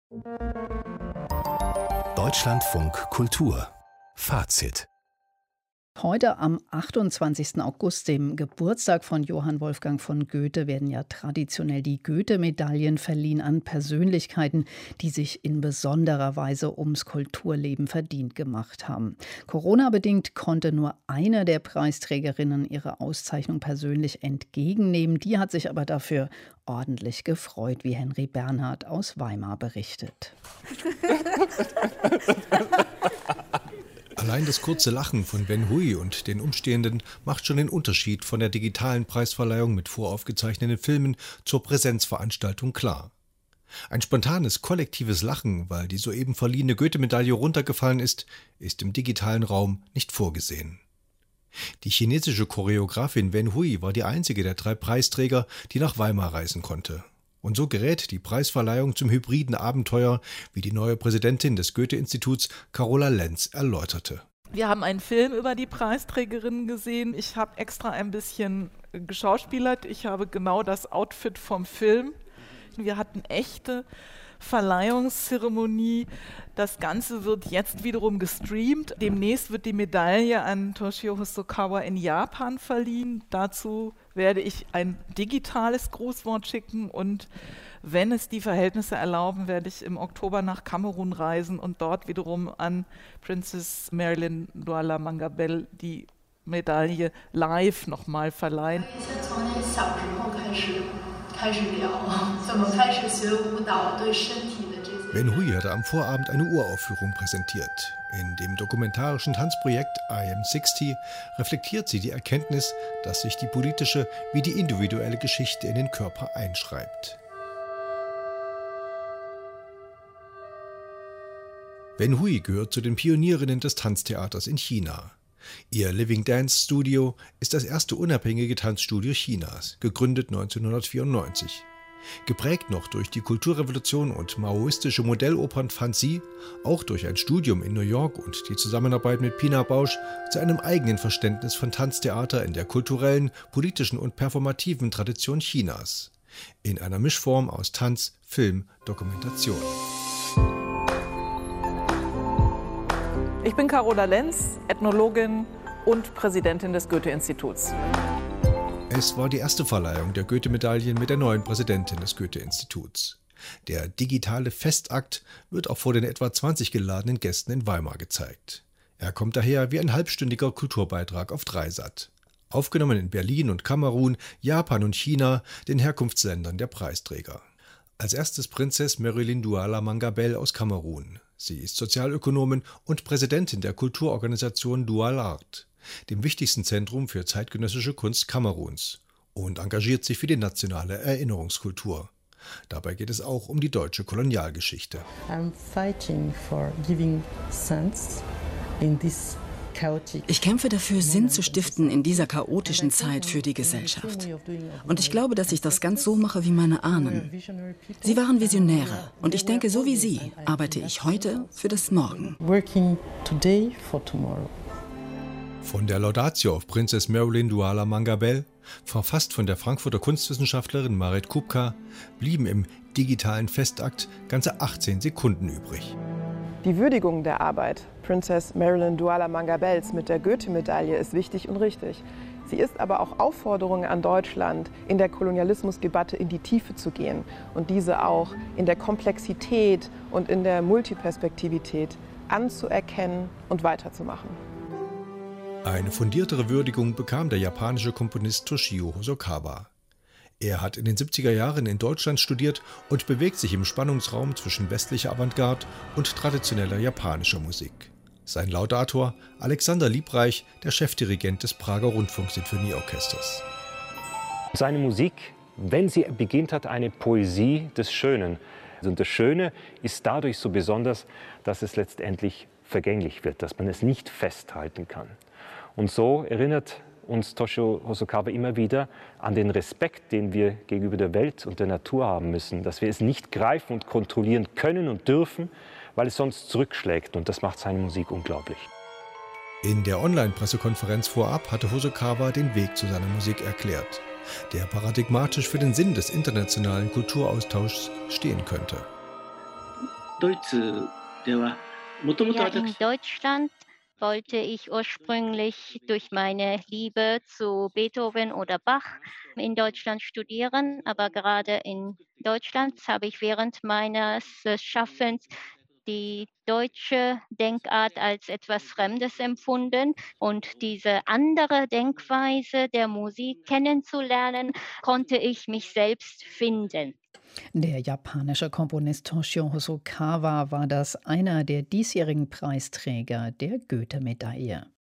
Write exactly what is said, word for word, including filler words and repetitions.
Deutschlandfunk Kultur Fazit. Heute am achtundzwanzigsten August, dem Geburtstag von Johann Wolfgang von Goethe, werden ja traditionell die Goethe-Medaillen verliehen an Persönlichkeiten, die sich in besonderer Weise ums Kulturleben verdient gemacht haben. Corona-bedingt konnte nur eine der Preisträgerinnen ihre Auszeichnung persönlich entgegennehmen. Die hat sich aber dafür ordentlich gefreut, wie Henry Bernhard aus Weimar berichtet. Allein das kurze Lachen von Ben Hui und den Umstehenden macht schon den Unterschied von der digitalen Preisverleihung mit voraufgezeichneten Filmen zur Präsenzveranstaltung klar. Ein spontanes, kollektives Lachen, weil die soeben verliehene Goethe-Medaille runtergefallen ist, ist im digitalen Raum nicht vorgesehen. Die chinesische Choreografin Wen Hui war die einzige der drei Preisträger, die nach Weimar reisen konnte. Und so gerät die Preisverleihung zum hybriden Abenteuer, wie die neue Präsidentin des Goethe-Instituts Carola Lenz erläuterte. Wir haben einen Film über die Preisträgerinnen gesehen. Ich habe extra ein bisschen geschauspielert. Ich habe genau das Outfit vom Film. Wir hatten echte Verleihungszeremonie. Das Ganze wird jetzt wiederum gestreamt. Demnächst wird die Medaille an Toshio Hosokawa in Japan verliehen. Dazu werde ich ein digitales Grußwort schicken und wenn es die Verhältnisse erlauben, werde ich im Oktober nach Kamerun reisen und dort wiederum an Princess Marilyn Douala Mangabell die Medaille live nochmal verleihen. Wen Hui hatte am Vorabend eine Uraufführung präsentiert. In dem dokumentarischen Tanzprojekt I Am sechzig reflektiert sie die Erkenntnis, dass sich die politische wie die individuelle Geschichte in den Körper einschreibt. Wen Hui gehört zu den Pionierinnen des Tanztheaters in China. Ihr Living Dance Studio ist das erste unabhängige Tanzstudio Chinas, gegründet neunzehnhundertvierundneunzig. Geprägt noch durch die Kulturrevolution und maoistische Modellopern fand sie, auch durch ein Studium in New York und die Zusammenarbeit mit Pina Bausch, zu einem eigenen Verständnis von Tanztheater in der kulturellen, politischen und performativen Tradition Chinas. In einer Mischform aus Tanz, Film, Dokumentation. Ich bin Carola Lenz, Ethnologin und Präsidentin des Goethe-Instituts. Es war die erste Verleihung der Goethe-Medaillen mit der neuen Präsidentin des Goethe-Instituts. Der digitale Festakt wird auch vor den etwa zwanzig geladenen Gästen in Weimar gezeigt. Er kommt daher wie ein halbstündiger Kulturbeitrag auf Dreisat. Aufgenommen in Berlin und Kamerun, Japan und China, den Herkunftsländern der Preisträger. Als erstes Princess Marilyn Douala Mangabell aus Kamerun. Sie ist Sozialökonomin und Präsidentin der Kulturorganisation Doual'Art, dem wichtigsten Zentrum für zeitgenössische Kunst Kameruns, und engagiert sich für die nationale Erinnerungskultur. Dabei geht es auch um die deutsche Kolonialgeschichte. I'm fighting for giving sense in this Ich kämpfe dafür, Sinn zu stiften in dieser chaotischen Zeit für die Gesellschaft. Und ich glaube, dass ich das ganz so mache wie meine Ahnen. Sie waren Visionäre und ich denke, so wie sie arbeite ich heute für das Morgen. Von der Laudatio auf Princess Marilyn Douala Mangabell, verfasst von der Frankfurter Kunstwissenschaftlerin Marit Kupka, blieben im digitalen Festakt ganze achtzehn Sekunden übrig. Die Würdigung der Arbeit Princess Marilyn Douala Mangabells mit der Goethe-Medaille ist wichtig und richtig. Sie ist aber auch Aufforderung an Deutschland, in der Kolonialismusdebatte in die Tiefe zu gehen und diese auch in der Komplexität und in der Multiperspektivität anzuerkennen und weiterzumachen. Eine fundiertere Würdigung bekam der japanische Komponist Toshio Hosokawa. Er hat in den siebziger Jahren in Deutschland studiert und bewegt sich im Spannungsraum zwischen westlicher Avantgarde und traditioneller japanischer Musik. Sein Laudator Alexander Liebreich, der Chefdirigent des Prager Rundfunksinfonieorchesters. Seine Musik, wenn sie beginnt, hat eine Poesie des Schönen. Und das Schöne ist dadurch so besonders, dass es letztendlich vergänglich wird, dass man es nicht festhalten kann. Und so erinnert uns Toshio Hosokawa immer wieder an den Respekt, den wir gegenüber der Welt und der Natur haben müssen, dass wir es nicht greifen und kontrollieren können und dürfen, weil es sonst zurückschlägt, und das macht seine Musik unglaublich. In der Online-Pressekonferenz vorab hatte Hosokawa den Weg zu seiner Musik erklärt, der paradigmatisch für den Sinn des internationalen Kulturaustauschs stehen könnte. Ja, in Deutschland wollte ich ursprünglich durch meine Liebe zu Beethoven oder Bach in Deutschland studieren, aber gerade in Deutschland habe ich während meines äh, Schaffens die deutsche Denkart als etwas Fremdes empfunden und diese andere Denkweise der Musik kennenzulernen, konnte ich mich selbst finden. Der japanische Komponist Toshio Hosokawa war das einer der diesjährigen Preisträger der Goethe-Medaille.